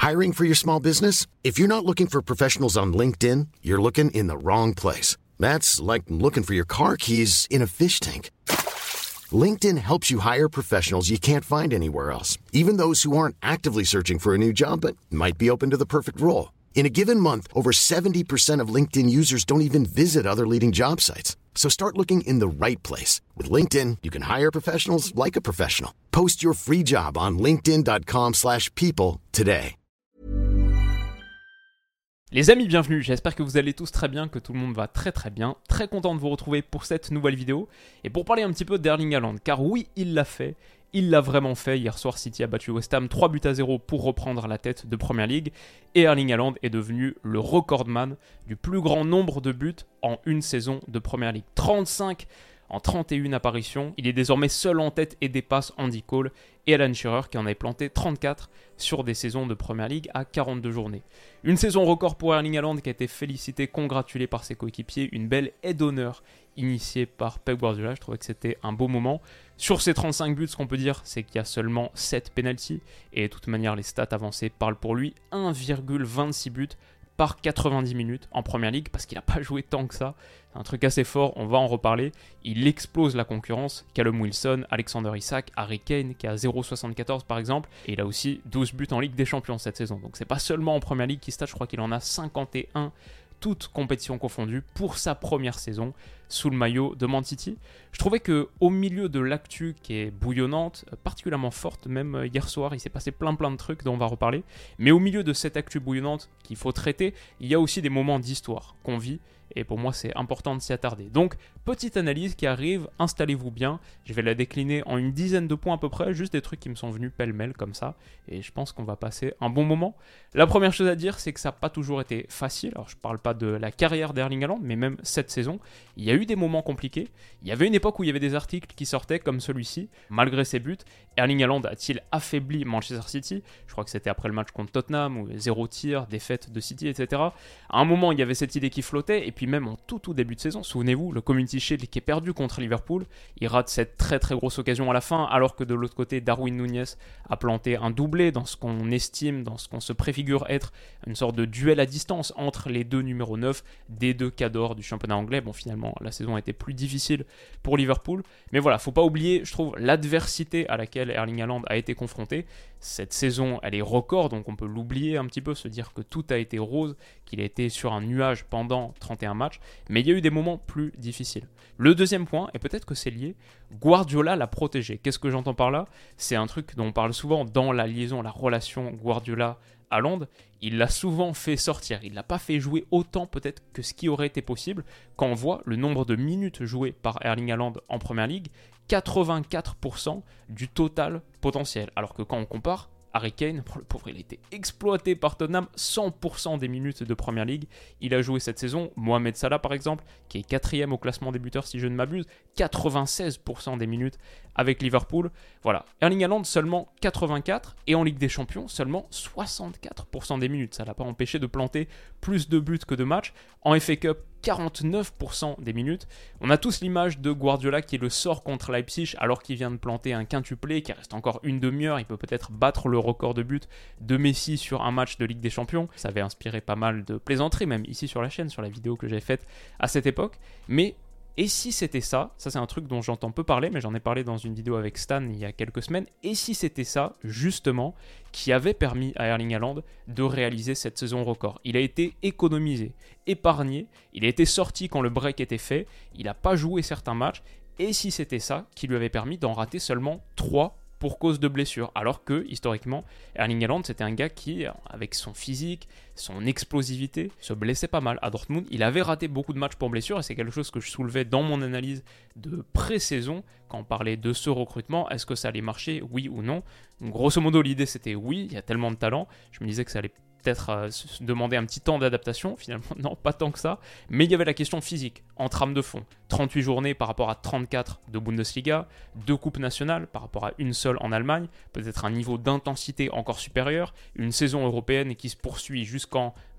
Hiring for your small business? If you're not looking for professionals on LinkedIn, you're looking in the wrong place. That's like looking for your car keys in a fish tank. LinkedIn helps you hire professionals you can't find anywhere else, even those who aren't actively searching for a new job but might be open to the perfect role. In a given month, over 70% of LinkedIn users don't even visit other leading job sites. So start looking in the right place. With LinkedIn, you can hire professionals like a professional. Post your free job on linkedin.com/people today. Les amis, bienvenue, j'espère que vous allez tous très bien, que tout le monde va très très bien. Très content de vous retrouver pour cette nouvelle vidéo. Et pour parler un petit peu d'Erling Haaland, car oui, il l'a fait. Il l'a vraiment fait. Hier soir, City a battu West Ham 3-0 pour reprendre la tête de Premier League. Et Erling Haaland est devenu le recordman du plus grand nombre de buts en une saison de Premier League. 35 en 31 apparitions. Il est désormais seul en tête et dépasse Andy Cole et Alan Shearer qui en avait planté 34 sur des saisons de Premier League à 42 journées. Une saison record pour Erling Haaland qui a été félicité, congratulé par ses coéquipiers. Une belle aide d'honneur initiée par Pep Guardiola. Je trouvais que c'était un beau moment. Sur ces 35 buts, ce qu'on peut dire, c'est qu'il y a seulement 7 pénaltys. Et de toute manière, les stats avancées parlent pour lui. 1,26 buts par 90 minutes en Premier League parce qu'il n'a pas joué tant que ça. C'est un truc assez fort, on va en reparler. Il explose la concurrence. Callum Wilson, Alexander Isak, Harry Kane qui a 0,74 par exemple. Et il a aussi 12 buts en Ligue des Champions cette saison. Donc c'est pas seulement en Premier League qu'il stat, je crois qu'il en a 51 toutes compétitions confondues pour sa première saison sous le maillot de Man City. Je trouvais qu'au milieu de l'actu qui est bouillonnante, particulièrement forte, même hier soir, il s'est passé plein de trucs dont on va reparler, mais au milieu de cette actu bouillonnante qu'il faut traiter, il y a aussi des moments d'histoire qu'on vit, et pour moi c'est important de s'y attarder. Donc, petite analyse qui arrive, installez-vous bien, je vais la décliner en une dizaine de points à peu près, juste des trucs qui me sont venus pêle-mêle comme ça, et je pense qu'on va passer un bon moment. La première chose à dire, c'est que ça n'a pas toujours été facile. Alors je parle pas de la carrière d'Erling Haaland, mais même cette saison, il y a eu des moments compliqués. Il y avait une époque où il y avait des articles qui sortaient comme celui-ci, malgré ses buts, Erling Haaland a-t-il affaibli Manchester City? Je crois que c'était après le match contre Tottenham, où 0 tir, défaite de City, etc. À un moment, il y avait cette idée qui flottait, et puis même en tout début de saison, souvenez-vous, le Community Shield qui est perdu contre Liverpool, il rate cette très grosse occasion à la fin, alors que de l'autre côté, Darwin Núñez a planté un doublé dans ce qu'on estime, dans ce qu'on se préfigure être une sorte de duel à distance entre les deux numéros 9 des deux cadors du championnat anglais. Bon, finalement, la saison a été plus difficile pour Liverpool, mais voilà, faut pas oublier, je trouve, l'adversité à laquelle Erling Haaland a été confronté. Cette saison, elle est record, donc on peut l'oublier un petit peu, se dire que tout a été rose, qu'il a été sur un nuage pendant 31 matchs, mais il y a eu des moments plus difficiles. Le deuxième point, et peut-être que c'est lié, Guardiola l'a protégé. Qu'est-ce que j'entends par là? C'est un truc dont on parle souvent dans la liaison, la relation Guardiola-Haaland. Il l'a souvent fait sortir, il ne l'a pas fait jouer autant peut-être que ce qui aurait été possible. Quand on voit le nombre de minutes jouées par Erling Haaland en Premier League, 84% du total potentiel. Alors que quand on compare, Harry Kane, le pauvre, il a été exploité par Tottenham, 100% des minutes de Premier League. Il a joué cette saison. Mohamed Salah, par exemple, qui est 4e au classement des buteurs, si je ne m'abuse, 96% des minutes avec Liverpool. Voilà. Erling Haaland, seulement 84. Et en Ligue des Champions, seulement 64% des minutes. Ça ne l'a pas empêché de planter plus de buts que de matchs. En FA Cup, 49% des minutes. On a tous l'image de Guardiola qui le sort contre Leipzig alors qu'il vient de planter un quintuplé, qui reste encore une demi-heure. Il peut peut-être battre le record de buts de Messi sur un match de Ligue des Champions. Ça avait inspiré pas mal de plaisanteries, même ici sur la chaîne, sur la vidéo que j'avais faite à cette époque. Mais et si c'était ça c'est un truc dont j'entends peu parler, mais j'en ai parlé dans une vidéo avec Stan il y a quelques semaines, et si c'était ça, justement, qui avait permis à Erling Haaland de réaliser cette saison record. Il a été économisé, épargné, il a été sorti quand le break était fait, il n'a pas joué certains matchs, et si c'était ça qui lui avait permis d'en rater seulement 3 pour cause de blessure, alors que, historiquement, Erling Haaland, c'était un gars qui, avec son physique, son explosivité, se blessait pas mal. À Dortmund, il avait raté beaucoup de matchs pour blessure, et c'est quelque chose que je soulevais dans mon analyse de pré-saison, quand on parlait de ce recrutement, est-ce que ça allait marcher, oui ou non? Donc, grosso modo, l'idée c'était oui, il y a tellement de talent, je me disais que ça allait peut-être se demander un petit temps d'adaptation, finalement non, pas tant que ça, mais il y avait la question physique, en trame de fond, 38 journées par rapport à 34 de Bundesliga, 2 coupes nationales par rapport à une seule en Allemagne, peut-être un niveau d'intensité encore supérieur, une saison européenne qui se poursuit jusqu'en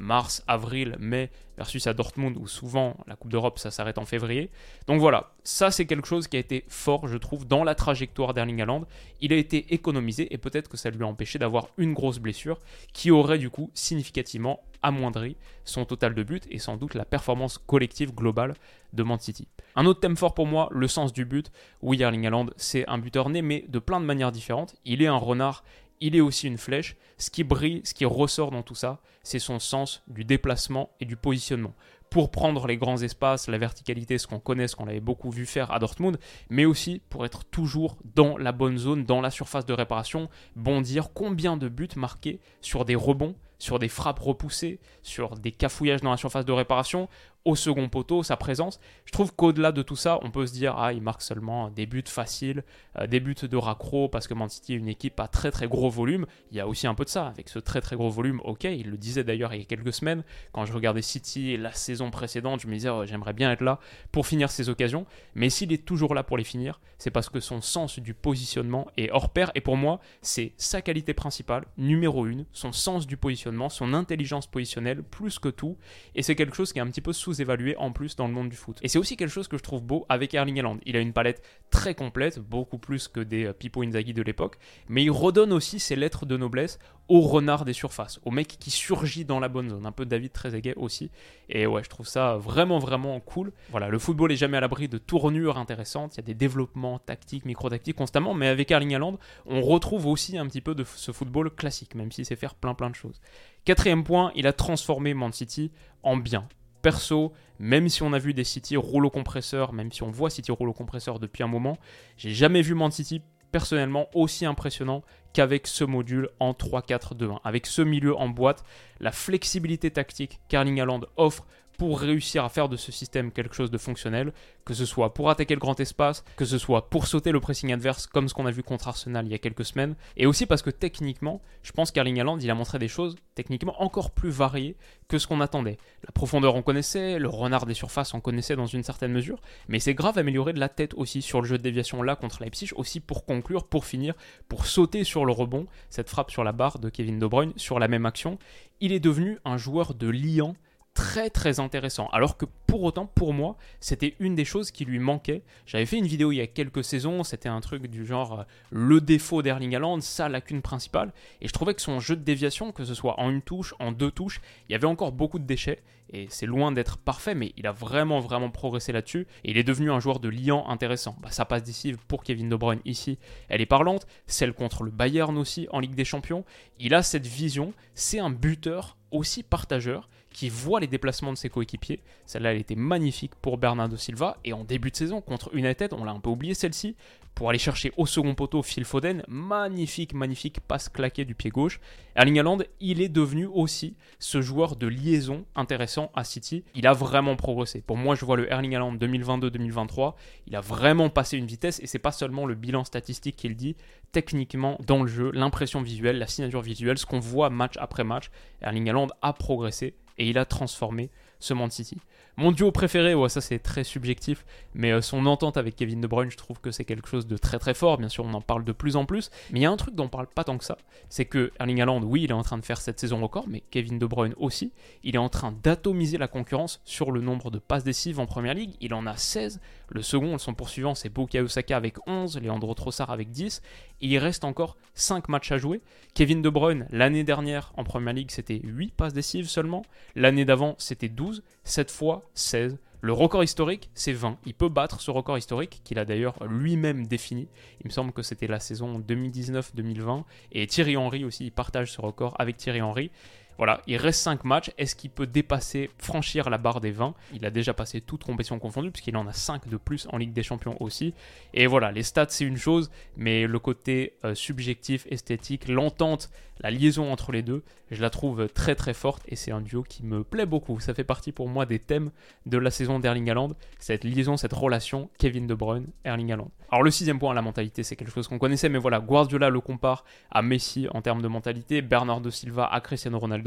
mars, avril, mai, versus à Dortmund où souvent la Coupe d'Europe ça s'arrête en février. Donc voilà, ça c'est quelque chose qui a été fort je trouve dans la trajectoire d'Erling Haaland. Il a été économisé et peut-être que ça lui a empêché d'avoir une grosse blessure qui aurait du coup significativement amoindri son total de buts et sans doute la performance collective globale de Man City. Un autre thème fort pour moi, le sens du but. Oui, Erling Haaland c'est un buteur né mais de plein de manières différentes. Il est un renard, il est aussi une flèche. Ce qui brille, ce qui ressort dans tout ça, c'est son sens du déplacement et du positionnement. Pour prendre les grands espaces, la verticalité, ce qu'on connaît, ce qu'on avait beaucoup vu faire à Dortmund, mais aussi pour être toujours dans la bonne zone, dans la surface de réparation, bondir. Combien de buts marqués sur des rebonds, sur des frappes repoussées, sur des cafouillages dans la surface de réparation, au second poteau, sa présence. Je trouve qu'au-delà de tout ça, on peut se dire il marque seulement des buts faciles, des buts de raccro, parce que Man City est une équipe à très très gros volume. Il y a aussi un peu de ça, avec ce très très gros volume, ok, il le disait d'ailleurs il y a quelques semaines, quand je regardais City la saison précédente, je me disais j'aimerais bien être là pour finir ces occasions, mais s'il est toujours là pour les finir, c'est parce que son sens du positionnement est hors pair, et pour moi, c'est sa qualité principale, numéro 1, son sens du positionnement, son intelligence positionnelle, plus que tout, et c'est quelque chose qui est un petit peu sous-évalué en plus dans le monde du foot. Et c'est aussi quelque chose que je trouve beau avec Erling Haaland. Il a une palette très complète, beaucoup plus que des Pippo Inzaghi de l'époque, mais il redonne aussi ses lettres de noblesse au renard des surfaces, au mec qui surgit dans la bonne zone, un peu David Trezeguet aussi, et ouais, je trouve ça vraiment vraiment cool. Voilà, le football est jamais à l'abri de tournures intéressantes, il y a des développements tactiques, micro-tactiques constamment, mais avec Erling Haaland, on retrouve aussi un petit peu de ce football classique, même si c'est faire plein de choses. 4e point, il a transformé Man City en bien. Perso, même si on a vu des City rouleau compresseur, même si on voit City rouleau compresseur depuis un moment, j'ai jamais vu Man City personnellement aussi impressionnant qu'avec ce module en 3-4-2-1. Avec ce milieu en boîte, la flexibilité tactique qu'Erling Haaland offre pour réussir à faire de ce système quelque chose de fonctionnel, que ce soit pour attaquer le grand espace, que ce soit pour sauter le pressing adverse comme ce qu'on a vu contre Arsenal il y a quelques semaines, et aussi parce que techniquement, je pense qu'Erling Haaland il a montré des choses techniquement encore plus variées que ce qu'on attendait. La profondeur on connaissait, le renard des surfaces on connaissait dans une certaine mesure, mais c'est grave améliorer de la tête aussi sur le jeu de déviation là contre Leipzig, aussi pour conclure, pour finir, pour sauter sur le rebond, cette frappe sur la barre de Kevin De Bruyne sur la même action. Il est devenu un joueur de liant très très intéressant, alors que pour autant pour moi c'était une des choses qui lui manquait. J'avais fait une vidéo il y a quelques saisons, c'était un truc du genre le défaut d'Erling Haaland, sa lacune principale, et je trouvais que son jeu de déviation, que ce soit en une touche, en deux touches, il y avait encore beaucoup de déchets, et c'est loin d'être parfait, mais il a vraiment progressé là-dessus, et il est devenu un joueur de liant intéressant. Sa passe décisive pour Kevin De Bruyne ici, elle est parlante, celle contre le Bayern aussi en Ligue des Champions, il a cette vision, c'est un buteur aussi partageur, qui voit les déplacements de ses coéquipiers. Celle-là, elle était magnifique pour Bernardo Silva. Et en début de saison, contre United, on l'a un peu oublié celle-ci, pour aller chercher au second poteau Phil Foden. Magnifique passe claquée du pied gauche. Erling Haaland, il est devenu aussi ce joueur de liaison intéressant à City. Il a vraiment progressé. Pour moi, je vois le Erling Haaland 2022-2023. Il a vraiment passé une vitesse. Et c'est pas seulement le bilan statistique qu'il dit. Techniquement, dans le jeu, l'impression visuelle, la signature visuelle, ce qu'on voit match après match, Erling Haaland a progressé. Et il a transformé ce Man City. Mon duo préféré, ça c'est très subjectif, mais son entente avec Kevin De Bruyne, je trouve que c'est quelque chose de très très fort. Bien sûr, on en parle de plus en plus, mais il y a un truc dont on parle pas tant que ça, c'est que Erling Haaland, oui, il est en train de faire cette saison record, mais Kevin De Bruyne aussi, il est en train d'atomiser la concurrence sur le nombre de passes décisives en Première Ligue. Il en a 16, le second, son poursuivant, c'est Bukayo Saka avec 11, Leandro Trossard avec 10, et il reste encore 5 matchs à jouer. Kevin De Bruyne, l'année dernière en Première Ligue, c'était 8 passes décisives seulement, l'année d'avant, c'était 12, cette fois 16. Le record historique, c'est 20. Il peut battre ce record historique qu'il a d'ailleurs lui-même défini. Il me semble que c'était la saison 2019-2020. Et Thierry Henry aussi, il partage ce record avec Thierry Henry. Voilà, il reste 5 matchs. Est-ce qu'il peut franchir la barre des 20 ? Il a déjà passé toute compétition confondue, puisqu'il en a 5 de plus en Ligue des Champions aussi. Et voilà, les stats, c'est une chose, mais le côté subjectif, esthétique, l'entente, la liaison entre les deux, je la trouve très très forte, et c'est un duo qui me plaît beaucoup. Ça fait partie pour moi des thèmes de la saison d'Erling Haaland, cette liaison, cette relation Kevin De Bruyne, Erling Haaland. Alors le 6e point, la mentalité, c'est quelque chose qu'on connaissait, mais voilà, Guardiola le compare à Messi en termes de mentalité, Bernardo Silva à Cristiano Ronaldo.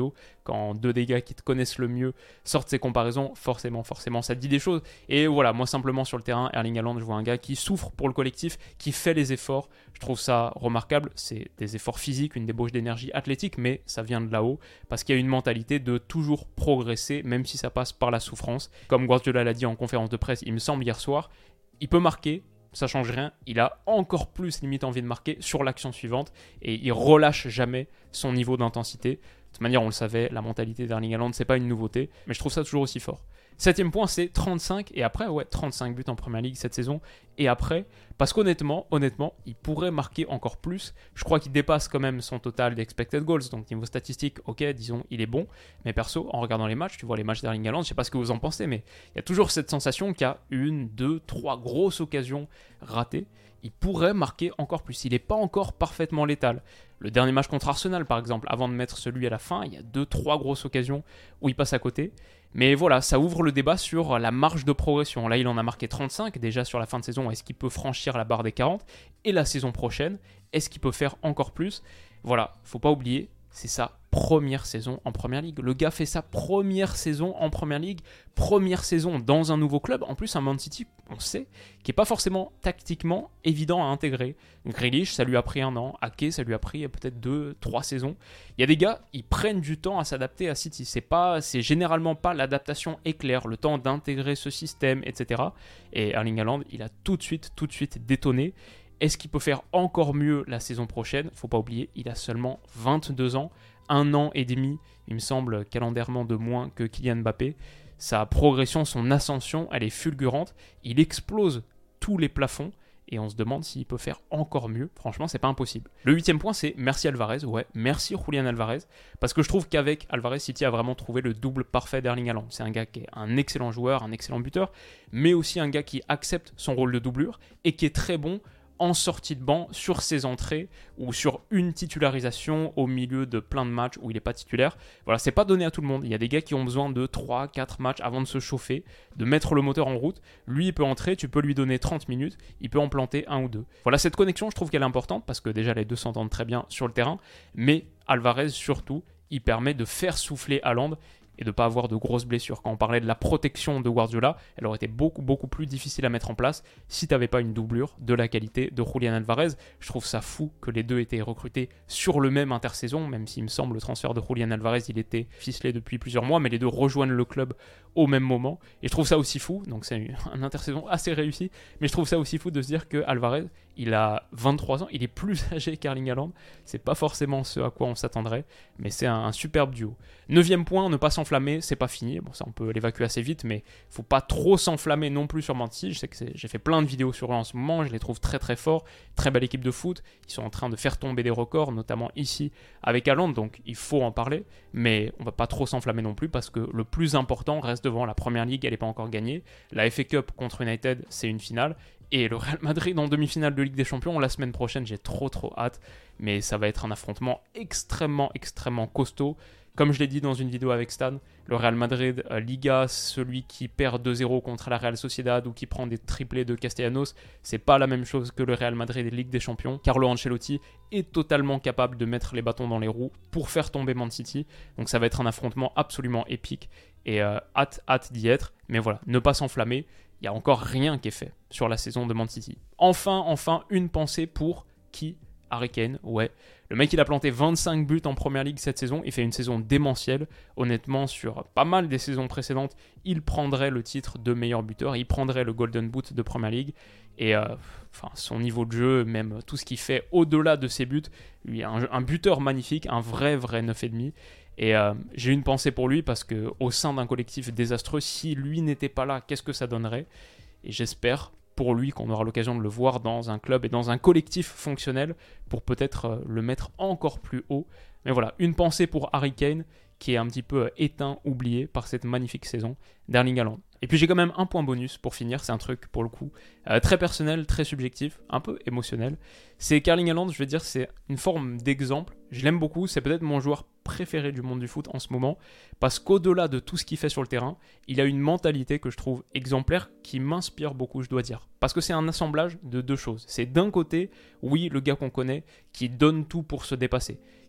dos. Quand deux des gars qui te connaissent le mieux sortent ces comparaisons, forcément, ça te dit des choses. Et voilà, moi simplement sur le terrain, Erling Haaland, je vois un gars qui souffre pour le collectif, qui fait les efforts. Je trouve ça remarquable. C'est des efforts physiques, une débauche d'énergie athlétique, mais ça vient de là-haut parce qu'il y a une mentalité de toujours progresser, même si ça passe par la souffrance. Comme Guardiola l'a dit en conférence de presse, il me semble hier soir, il peut marquer, ça change rien, il a encore plus limite envie de marquer sur l'action suivante et il relâche jamais son niveau d'intensité. De toute manière, on le savait, la mentalité d'Erling Haaland, c'est pas une nouveauté, mais je trouve ça toujours aussi fort. 7e point, c'est 35, et après, 35 buts en Première Ligue cette saison, et après, parce qu'honnêtement, il pourrait marquer encore plus. Je crois qu'il dépasse quand même son total d'expected goals, donc niveau statistique, ok, disons, il est bon, mais perso, en regardant les matchs, tu vois les matchs d'Erling Haaland, je sais pas ce que vous en pensez, mais il y a toujours cette sensation qu'il y a 1, 2, 3 grosses occasions ratées. Il pourrait marquer encore plus, il n'est pas encore parfaitement létal. Le dernier match contre Arsenal, par exemple, avant de mettre celui à la fin, il y a 2-3 grosses occasions où il passe à côté. Mais voilà, ça ouvre le débat sur la marge de progression. Là, il en a marqué 35 déjà sur la fin de saison. Est-ce qu'il peut franchir la barre des 40 ? Et la saison prochaine, est-ce qu'il peut faire encore plus ? Voilà, faut pas oublier, c'est sa première saison en Première Ligue. Le gars fait sa première saison en Première Ligue, première saison dans un nouveau club. En plus, un Man City, on sait, qui n'est pas forcément tactiquement évident à intégrer. Grealish, ça lui a pris 1 an. Ake, ça lui a pris peut-être 2-3 saisons. Il y a des gars, ils prennent du temps à s'adapter à City. C'est généralement pas l'adaptation éclair, le temps d'intégrer ce système, etc. Et Erling Haaland, il a tout de suite détonné. Est-ce qu'il peut faire encore mieux la saison prochaine ? Faut pas oublier, il a seulement 22 ans. 1 an et demi, il me semble, calendairement de moins que Kylian Mbappé. Sa progression, son ascension, elle est fulgurante. Il explose tous les plafonds et on se demande s'il peut faire encore mieux. Franchement, c'est pas impossible. Le 8e point, c'est merci Alvarez. Ouais, merci Julian Alvarez. Parce que je trouve qu'avec Alvarez, City a vraiment trouvé le double parfait d'Erling Haaland. C'est un gars qui est un excellent joueur, un excellent buteur, mais aussi un gars qui accepte son rôle de doublure et qui est très bon en sortie de banc sur ses entrées ou sur une titularisation au milieu de plein de matchs où il n'est pas titulaire. Voilà, c'est pas donné à tout le monde. Il y a des gars qui ont besoin de 3-4 matchs avant de se chauffer, de mettre le moteur en route. Lui, il peut entrer, tu peux lui donner 30 minutes, il peut en planter 1 ou 2. Voilà, cette connexion, je trouve qu'elle est importante parce que déjà les deux s'entendent très bien sur le terrain, mais Alvarez surtout, il permet de faire souffler Haaland et de ne pas avoir de grosses blessures. Quand on parlait de la protection de Guardiola, elle aurait été beaucoup plus difficile à mettre en place si tu n'avais pas une doublure de la qualité de Julian Alvarez. Je trouve ça fou que les deux aient été recrutés sur le même intersaison, même s'il me semble le transfert de Julian Alvarez, il était ficelé depuis plusieurs mois, mais les deux rejoignent le club au même moment. Et je trouve ça aussi fou, donc c'est un intersaison assez réussi, mais je trouve ça aussi fou de se dire que Alvarez, il a 23 ans, il est plus âgé qu'Erling Haaland. C'est pas forcément ce à quoi on s'attendrait, mais c'est un superbe duo. 9e point, ne pas s'enflammer, c'est pas fini. Bon, ça on peut l'évacuer assez vite, mais faut pas trop s'enflammer non plus sur Man City. Je sais que j'ai fait plein de vidéos sur eux en ce moment, je les trouve très forts, très belle équipe de foot. Ils sont en train de faire tomber des records, notamment ici avec Haaland, donc il faut en parler, mais on va pas trop s'enflammer non plus parce que le plus important reste devant. La Première Ligue, elle n'est pas encore gagnée. La FA Cup contre United, c'est une finale. Et le Real Madrid en demi-finale de Ligue des Champions, la semaine prochaine, j'ai trop hâte. Mais ça va être un affrontement extrêmement costaud. Comme je l'ai dit dans une vidéo avec Stan, le Real Madrid Liga, celui qui perd 2-0 contre la Real Sociedad ou qui prend des triplés de Castellanos, c'est pas la même chose que le Real Madrid Ligue des Champions. Carlo Ancelotti est totalement capable de mettre les bâtons dans les roues pour faire tomber Man City. Donc ça va être un affrontement absolument épique et hâte d'y être. Mais voilà, ne pas s'enflammer. Il n'y a encore rien qui est fait sur la saison de Man City. Enfin, une pensée pour qui ? Harry Kane, ouais. Le mec, il a planté 25 buts en Première Ligue cette saison. Il fait une saison démentielle. Honnêtement, sur pas mal des saisons précédentes, il prendrait le titre de meilleur buteur. Il prendrait le Golden Boot de Première Ligue. Et son niveau de jeu, même tout ce qu'il fait au-delà de ses buts, lui, un buteur magnifique, un vrai 9,5. Et j'ai une pensée pour lui parce qu'au sein d'un collectif désastreux, si lui n'était pas là, qu'est-ce que ça donnerait ? Et j'espère pour lui qu'on aura l'occasion de le voir dans un club et dans un collectif fonctionnel pour peut-être le mettre encore plus haut. Mais voilà, une pensée pour Harry Kane qui est un petit peu éteint, oublié par cette magnifique saison d'Erling Haaland. Et puis j'ai quand même un point bonus pour finir, c'est un truc pour le coup très personnel, très subjectif, un peu émotionnel. C'est qu'Erling Haaland, je vais dire, c'est une forme d'exemple. Je l'aime beaucoup, c'est peut-être mon joueur préféré du monde du foot en ce moment, parce qu'au-delà de tout ce qu'il fait sur le terrain, il a une mentalité que je trouve exemplaire, qui m'inspire beaucoup, je dois dire. Parce que c'est un assemblage de deux choses. C'est d'un côté, oui, le gars qu'on connaît, qui donne tout pour se dépasser,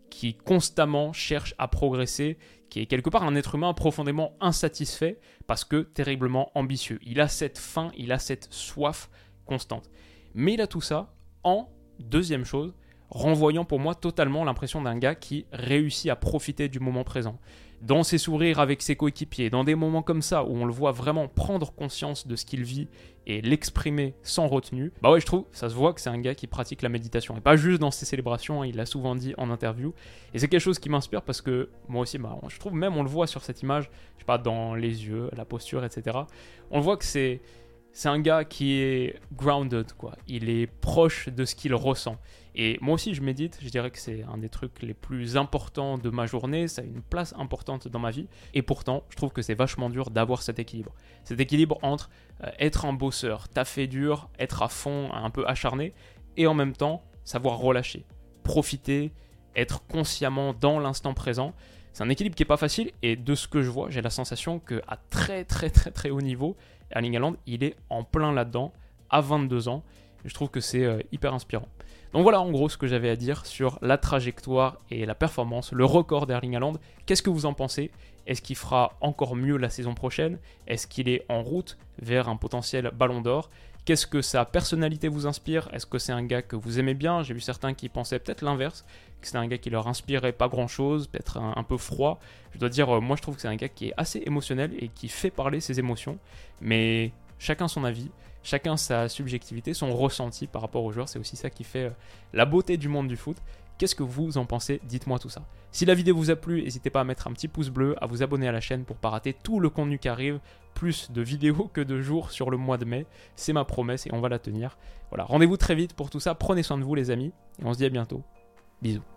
qui constamment cherche à progresser, qui est quelque part un être humain profondément insatisfait parce que terriblement ambitieux. Il a cette faim, il a cette soif constante. Mais il a tout ça en, deuxième chose, renvoyant pour moi totalement l'impression d'un gars qui réussit à profiter du moment présent. Dans ses sourires avec ses coéquipiers, dans des moments comme ça où on le voit vraiment prendre conscience de ce qu'il vit et l'exprimer sans retenue, bah ouais, je trouve, ça se voit que c'est un gars qui pratique la méditation. Et pas juste dans ses célébrations, il l'a souvent dit en interview. Et c'est quelque chose qui m'inspire parce que moi aussi, bah, je trouve même, on le voit sur cette image, je sais pas, dans les yeux, la posture, etc. On le voit que c'est un gars qui est grounded, quoi. Il est proche de ce qu'il ressent. Et moi aussi, je médite. Je dirais que c'est un des trucs les plus importants de ma journée. Ça a une place importante dans ma vie. Et pourtant, je trouve que c'est vachement dur d'avoir cet équilibre. Cet équilibre entre être un bosseur, taffer dur, être à fond, un peu acharné, et en même temps, savoir relâcher, profiter, être consciemment dans l'instant présent. C'est un équilibre qui n'est pas facile. Et de ce que je vois, j'ai la sensation qu'à très très très très haut niveau, Erling Haaland, il est en plein là-dedans, à 22 ans. Et je trouve que c'est hyper inspirant. Donc voilà en gros ce que j'avais à dire sur la trajectoire et la performance, le record d'Erling Haaland. Qu'est-ce que vous en pensez ? Est-ce qu'il fera encore mieux la saison prochaine ? Est-ce qu'il est en route vers un potentiel ballon d'or ? Qu'est-ce que sa personnalité vous inspire ? Est-ce que c'est un gars que vous aimez bien ? J'ai vu certains qui pensaient peut-être l'inverse, que c'était un gars qui leur inspirait pas grand-chose, peut-être un peu froid. Je dois dire, moi je trouve que c'est un gars qui est assez émotionnel et qui fait parler ses émotions. Mais chacun son avis, chacun sa subjectivité, son ressenti par rapport aux joueurs. C'est aussi ça qui fait la beauté du monde du foot. Qu'est-ce que vous en pensez ? Dites-moi tout ça. Si la vidéo vous a plu, n'hésitez pas à mettre un petit pouce bleu, à vous abonner à la chaîne pour ne pas rater tout le contenu qui arrive, plus de vidéos que de jours sur le mois de mai. C'est ma promesse et on va la tenir. Voilà, rendez-vous très vite pour tout ça. Prenez soin de vous les amis et on se dit à bientôt. Bisous.